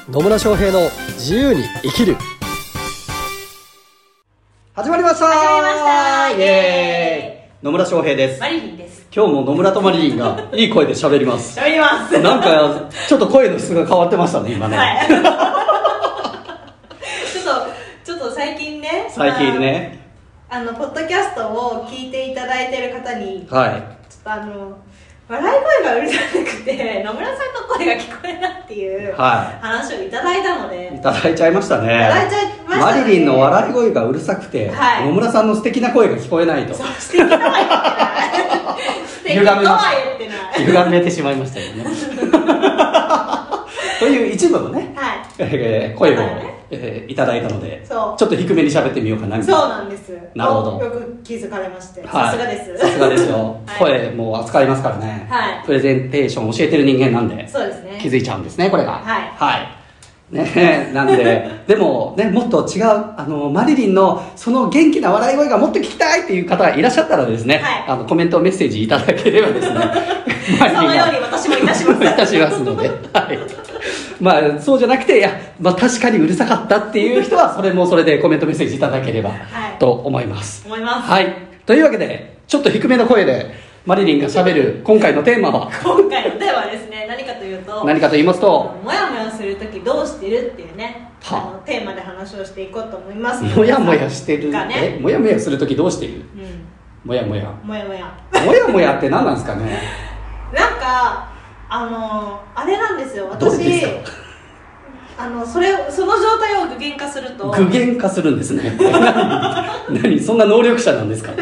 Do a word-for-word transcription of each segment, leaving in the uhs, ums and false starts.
野村翔平の自由に生きる。 始まりましたー。 始まりましたイエーイ。野村翔平です。 マリリンです。 今日も野村とマリリンがいい声で喋ります喋りますなんかちょっと声の質が変わってましたね今ね、 はいちょっとちょっと最近ね最近ね、 あのポッドキャストを聞いていただいている方に、 はいちょっとあの笑い声がうるさくて野村さんの声が聞こえないっていうは話をいただいたので、 いいただいちゃいましたね。 いただいちゃいましたね。 マリリンの笑い声がうるさくて、 はい野村さんの素敵な声が聞こえないと。 そう素敵とは言ってない素敵とは言ってない歪めてしまいましたよねという一部のね、 はいえー声を、 ねえーいただいたので、ちそうょっと低めに喋ってみようかなみたいな。 そうなんです。 なるほど。 よく気づかれまして、 はいさすがですさすがですよ、 はい声もう扱いますからね、 はいプレゼンテーション教えてる人間なんでそうですね。 気づいちゃうんですねこれが。 はいはいね、なんででもねもっと違うあのマリリンのその元気な笑い声がもっと聞きたいっていう方がいらっしゃったらですね、 はいあのコメントメッセージいただければですねマリリンがそのように私もいたしますいたしますので、はいまあ、そうじゃなくていや、まあ、確かにうるさかったっていう人はそれもそれでコメントメッセージいただければはいと思います、 思います。 はい、というわけでちょっと低めの声でマリリンがしゃべる今回のテーマは今回のテーマはですね、何かというと、 何かと言いますと、 もやもやするときどうしてるっていうね、 はあのテーマで話をしていこうと思います。 もやもやしてる、 がねえもやもやするときどうしてる、 うん、 もやもやもやもや。 もやもやって何なんですかね。 なんかあのあれなんですよ。 どれ私ですか。 あのそれその状態を具現化すると、 具現化するんですね何何そんな能力者なんですか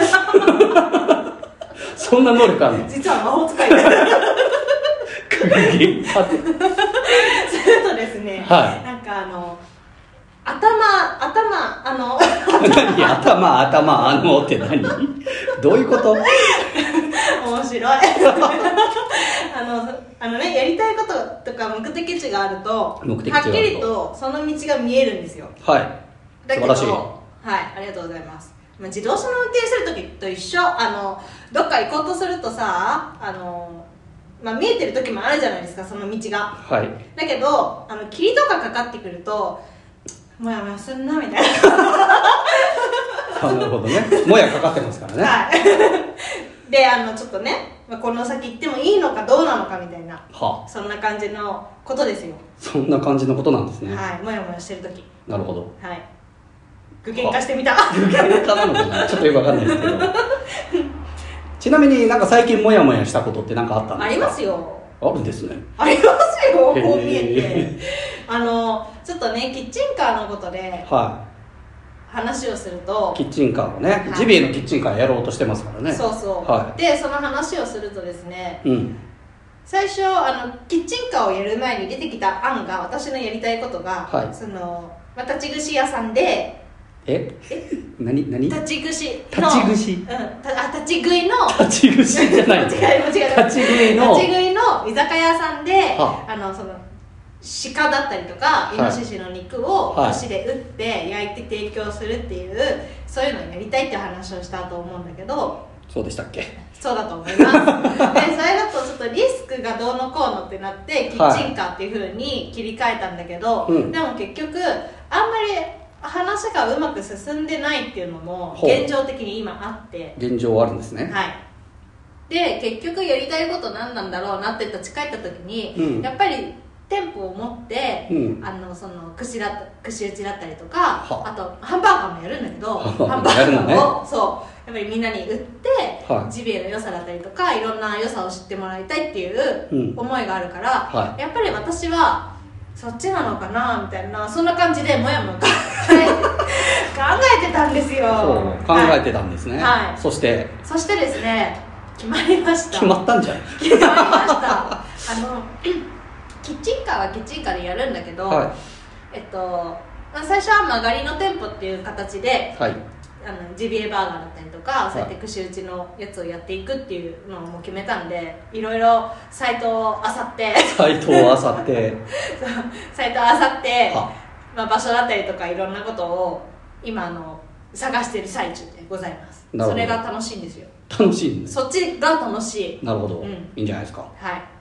そんな能力あるの。 実は魔法使いです。 具現化ってするとですね、 はいなんかあの頭頭あの何頭頭あのって何どういうこと。 面白いあのあのね、やりたいこととか目的地があると目的地があるとはっきりとその道が見えるんですよ。 はいだけど、 素晴らしい。 はい、ありがとうございます。まあ、自動車の運転するときと一緒。あのどっか行こうとするとさ、あの、まあ、見えてる時もあるじゃないですか、その道が。 はいだけどあの霧とかかかってくるともやもやすんなみたいなあなるほどね。もやかかってますからね。 はいで、あのちょっとね、まあ、この先行ってもいいのかどうなのかみたいな、 はあ、 そんな感じのことですよ。 そんな感じのことなんですね。 はい、もやもやしてる時、 なるほど。 はい、具現化してみた。 具現化なのかなちょっとよくわかんないですけどちなみになんか最近モヤモヤしたことって何かあったんですか。 ありますよ。 あるんですね。 ありますよ、こうへー見えて。あのちょっとね、キッチンカーのことでは話をするとい、キッチンカーをね、 はいジビエのキッチンカーやろうとしてますからね。 そうそう、 はでその話をするとですね、 い。うん。 最初あのキッチンカーをやる前に出てきた案が、私のやりたいことが、 はいその、まあ、立ち串屋さんでえ？何何？ 立ち串の立ち串うん、たあ立ち食いの立ち串じゃない。 間違え間違え立ち食いの立ち食いの居酒屋さんで、 はあのその鹿だったりとかいイノシシの肉をはい串で打って焼いて提供するっていう、そういうのをやりたいって話をしたと思うんだけど、 そうでしたっけ？ そうだと思いますでそれだとちょっとリスクがどうのこうのってなってキッチンカーっていう風に切り替えたんだけど、 うんでも結局あんまり話がうまく進んでないっていうのもほう現状的に今あって、 現状あるんですね。 はい、で結局やりたいこと何なんだろうなって立ち返った時に、 うんやっぱり店舗を持って、 うんあのその串だった串打ちだったりとか、 はあとハンバーガーもやるんだけどハンバーガーハンバーやるのねガーをそうやっぱりみんなに売って、 はいジビエの良さだったりとかいろんな良さを知ってもらいたいっていううん思いがあるから、 はやっぱり私はそっちなのかなみたいな、そんな感じでもやもや考え考えてたんですよ。 そう考えてたんですね。 はいそしてそしてですね、決まりました。 決まったんじゃん。 決まりましたあのキッチンカーはキッチンカーでやるんだけど、 はえっとまあ、最初は曲がりの店舗っていう形でいはいあのジビエバーガーだったりとか、 いそうやって串打ちのやつをやっていくっていうのをもう決めたんで、いろいろサイトを漁ってサイトをあさってそうサイトを漁って、 はまあ、場所だったりとかいろんなことを今あの探している最中でございます。 なるほどそれが楽しいんですよ。 楽しいんです。 そっちが楽しい。 なるほど、 うんいいんじゃないですか。 はい。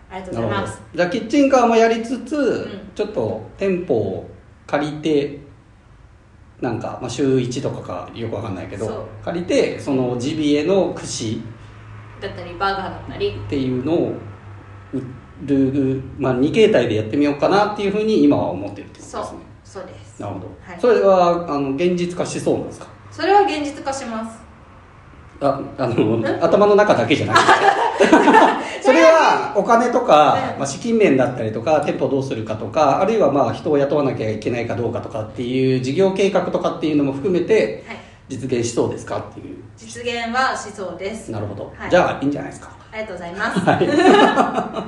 ありがとうございます。 じゃあキッチンカーもやりつつ、 うん、 ちょっと店舗を借りてなんか、まあ、週いちとかかよくわかんないけど借りてそのジビエの串だったりバーガーだったりっていうのを売る、まあ、に形態でやってみようかなっていうふうに今は思ってるってことですね。 そう、そうです。 なるほど、 はい、 それはあの現実化しそうなんですか？ それは現実化します。 ああの頭の中だけじゃなくてそれはお金とか、まあ、資金面だったりとか店舗どうするかとかあるいはまあ人を雇わなきゃいけないかどうかとかっていう事業計画とかっていうのも含めて実現しそうですかっていう。 実現はしそうです。 なるほど、 はい、 じゃあいいんじゃないですか。 ありがとうございます、 はい、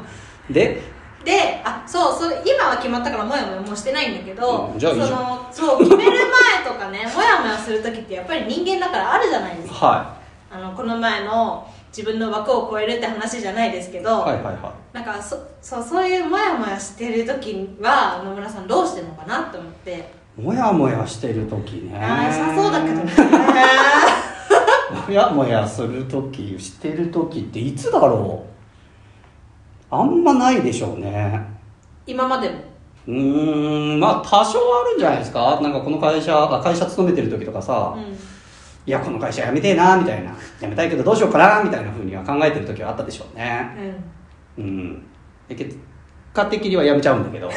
でであそうそれ今は決まったからもやもやもうしてないんだけど、 うん、じゃあいいじゃん。 そのそう決める前とかねもやもやする時ってやっぱり人間だからあるじゃないですか。 はい、 あのこの前の自分の枠を超えるって話じゃないですけど、 はいはいはい、 なんかそそうそういうモヤモヤしてる時は野村さんどうしてるのかなって思って。 モヤモヤしてる時ね。 ああ良さそうだけどねモヤモヤする時してる時っていつだろう。あんまないでしょうね今までも。 うーんまあ多少あるんじゃないですか。なんかこの会社会社勤めてる時とかさ、うん、いやこの会社辞めてえなみたいな、辞めたいけどどうしようかなみたいな風には考えてる時はあったでしょうね。うん、うん、で結果的には辞めちゃうんだけど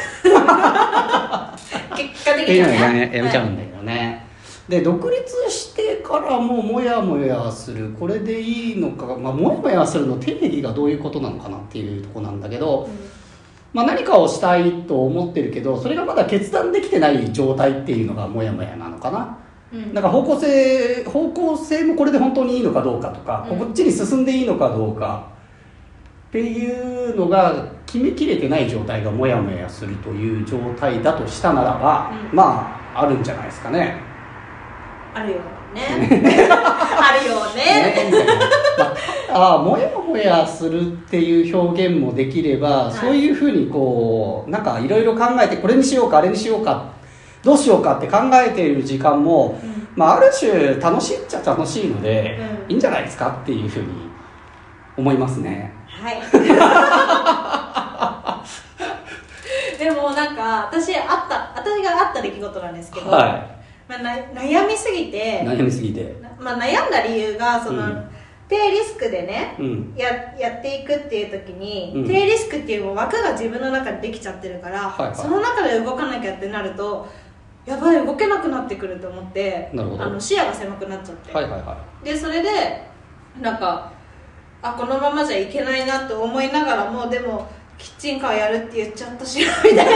結果的にはね辞めちゃうんだけどね、はい、で独立してからもモヤモヤするこれでいいのか、まあ、モヤモヤするの定義がどういうことなのかなっていうところなんだけど、うんまあ、何かをしたいと思ってるけどそれがまだ決断できてない状態っていうのがモヤモヤなのかな。なんか方向性方向性もこれで本当にいいのかどうかとか、うん、こっちに進んでいいのかどうかっていうのが決めきれてない状態がモヤモヤするという状態だとしたならば、うん、まああるんじゃないですかね。 あるよねあるよねね、 まあ、あモヤモヤするっていう表現もできれば、はい、そういうふうにこうなんかいろいろ考えてこれにしようかあれにしようかどうしようかって考えている時間も、うんまあ、ある種楽しいっちゃ楽しいので、うん、いいんじゃないですかっていうふうに思いますね。 はいでもなんか私あった私があった出来事なんですけど、はいまあ、な悩みすぎて悩みすぎて、 まあ、悩んだ理由がその、うん低リスクでね、うん、や, やっていくっていう時に、うん、低リスクっていう枠が自分の中でできちゃってるから、はいはい、その中で動かなきゃってなるとやばい動けなくなってくると思ってあの視野が狭くなっちゃって、はいはいはい、でそれでなんかあこのままじゃいけないなって思いながらもでもキッチンカーやるって言っちゃったしみたいなど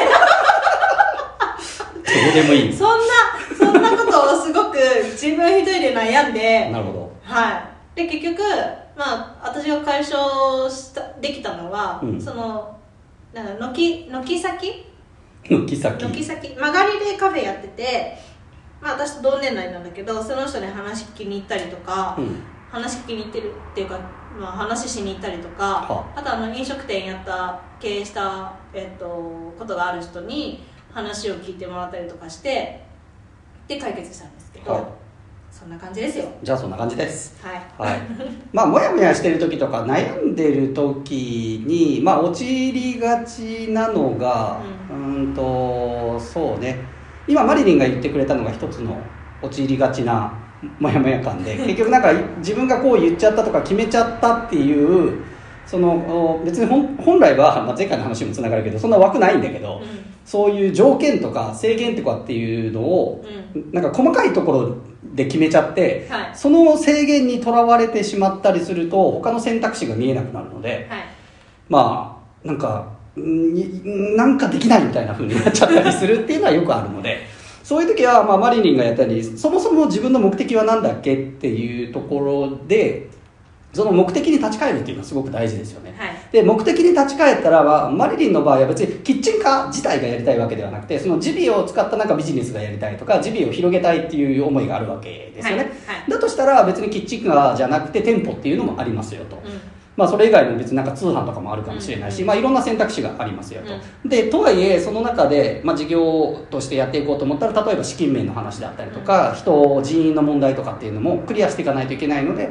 うでもいいそんなそんなことをすごく自分一人で悩んでなるほどはいで結局、まあ、私が解消したできたのは、うん、そのなんか軒軒先軒先軒先曲がりでカフェやってて、まあ、私と同年代なんだけどその人に話聞きに行ったりとか、うん、話聞きに行ってるっていうか、まあ、話しに行ったりとか、はあ、あとあの飲食店やった経営した、えっと、ことがある人に話を聞いてもらったりとかしてで解決したんですけど、はあそんな感じですよ。 じゃあそんな感じです。 はい。はい、 まあモヤモヤしてる時とか悩んでる時にまあ陥りがちなのが、うん、うんとそうね。今マリリンが言ってくれたのが一つの陥りがちなモヤモヤ感で、結局なんか自分がこう言っちゃったとか決めちゃったっていうその別に本本来は、まあ、前回の話にもつながるけどそんな枠ないんだけど、うん、そういう条件とか制限とかっていうのを、うん、なんか細かいところで決めちゃって、はい、その制限にとらわれてしまったりすると他の選択肢が見えなくなるので、はい、まあなんかんなんかできないみたいな風になっちゃったりするっていうのはよくあるのでそういう時は、まあ、マリリンがやったりそもそも自分の目的は何だっけっていうところでその目的に立ち返るっていうのはすごく大事ですよね、はい、で目的に立ち返ったらばマリリンの場合は別にキッチンカー自体がやりたいわけではなくてそのジビエを使ったなんかビジネスがやりたいとかジビエを広げたいっていう思いがあるわけですよね、はいはい、だとしたら別にキッチンカーじゃなくて店舗っていうのもありますよと、うんまあ、それ以外も別になんか通販とかもあるかもしれないし、うんまあ、いろんな選択肢がありますよと、うん、でとはいえその中で、まあ、事業としてやっていこうと思ったら例えば資金面の話であったりとか、うん、人人員の問題とかっていうのもクリアしていかないといけないので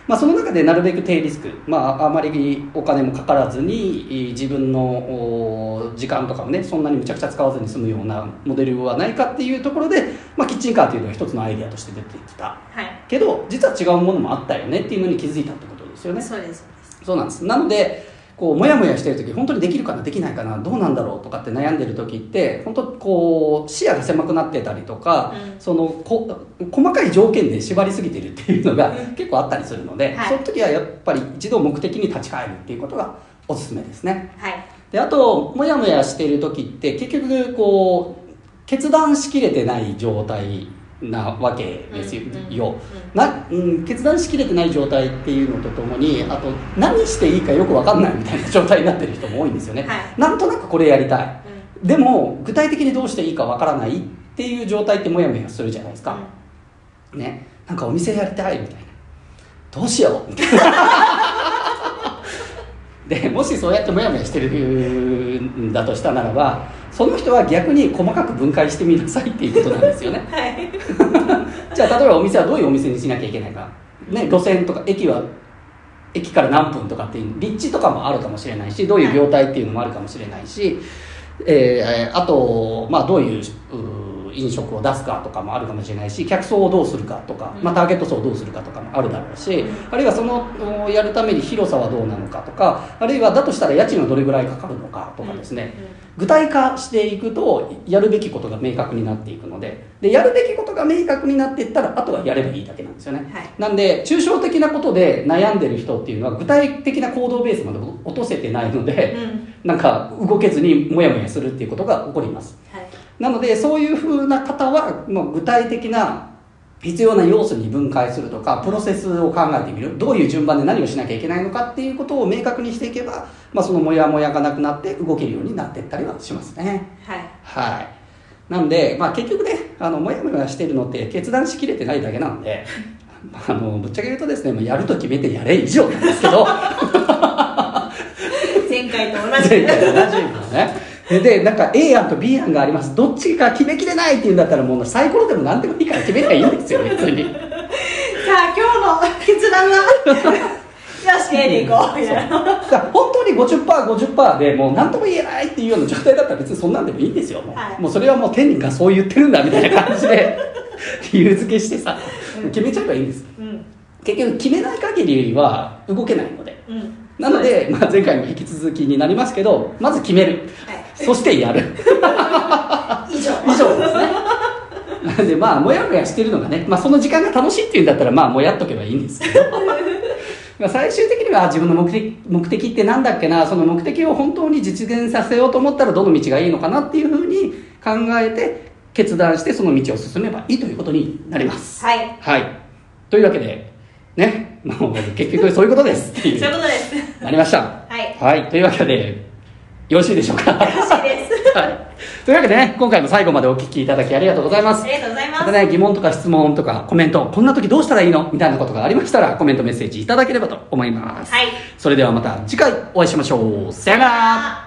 まあ、その中でなるべく低リスク、まあ、あまりお金もかからずに自分の時間とかもねそんなにむちゃくちゃ使わずに済むようなモデルはないかっていうところで、まあ、キッチンカーというのが一つのアイデアとして出てきた、はい、けど実は違うものもあったよねっていうのに気づいたってことですよね。 そうですそうなんです。なのでこうモヤモヤしてる時本当にできるかなできないかなどうなんだろうとかって悩んでる時って本当こう視野が狭くなってたりとか、うん、そのこ細かい条件で縛りすぎてるっていうのが結構あったりするので、はい、その時はやっぱり一度目的に立ち返るっていうことがおすすめですね、はい、であとモヤモヤしてる時って結局こう決断しきれてない状態なわけですよ、うんうんうん、なうん、決断しきれてない状態っていうのとともにあと何していいかよく分かんないみたいな状態になってる人も多いんですよね、はい、なんとなくこれやりたい、うん、でも具体的にどうしていいか分からないっていう状態ってモヤモヤするじゃないですか、うん、ね、なんかお店やりたいみたいなどうしようみたいなでもしそうやってモヤモヤしてるんだとしたならばその人は逆に細かく分解してみなさいっていうことなんですよね、はい、じゃあ例えばお店はどういうお店にしなきゃいけないか、ね、路線とか駅は駅から何分とかっていう立地とかもあるかもしれないしどういう業態っていうのもあるかもしれないし、えー、あと、まあ、どういう飲食を出すかとかもあるかもしれないし客層をどうするかとか、まあ、ターゲット層をどうするかとかもあるだろうし、あるいはそのやるために広さはどうなのかとか、あるいはだとしたら家賃はどれぐらいかかるのかとかですね、具体化していくとやるべきことが明確になっていくので、でやるべきことが明確になっていったらあとはやればいいだけなんですよね、はい、なんで抽象的なことで悩んでる人っていうのは具体的な行動ベースまで落とせてないので、うん、なんか動けずにモヤモヤするっていうことが起こります、はい、なのでそういう風な方はもう具体的な必要な要素に分解するとかプロセスを考えてみる、どういう順番で何をしなきゃいけないのかっていうことを明確にしていけば、まあ、そのモヤモヤがなくなって動けるようになっていったりはしますね。はい、はい、なんで、まあ、結局ねあのモヤモヤしているのって決断しきれてないだけなのであのぶっちゃけ言うとですね、まあ、やると決めてやれ以上なんですけど前回と同じ前回と同じですね。でなんか A 案と B 案があります、どっちか決めきれないっていうんだったらもうサイコロでも何でもいいから決めればいいんですよ別に。 じゃあ今日の決断はよし A でいこうみたいな。 本当に ごじゅっパーセントごじゅっパーセント でもう何とも言えないっていうような状態だったら別にそんなんでもいいんですよ、もう、はい、もうそれはもう天人がそう言ってるんだみたいな感じで理由付けしてさ、うん、決めちゃえばいいんです、うん、結局決めない限りは動けないので、うん、なので、まあ、前回も引き続きになりますけどまず決める、はい、そしてやる以上以上ですね。なんでまあもやもやしてるのがね、まあ、その時間が楽しいっていうんだったらまあもやっとけばいいんですけどまあ最終的には自分の目的、目的ってなんだっけな、その目的を本当に実現させようと思ったらどの道がいいのかなっていうふうに考えて決断してその道を進めばいいということになります。はい、はい、というわけでね、もう結局そういうことですっていうそういうことですなりました。はい、はい、というわけでよろしいでしょうか。 よろしいです、 はい、というわけでね今回も最後までお聞きいただきありがとうございます。 ありがとうございます。 またね疑問とか質問とかコメント、こんな時どうしたらいいのみたいなことがありましたらコメントメッセージいただければと思います。はい、それではまた次回お会いしましょう。さよなら。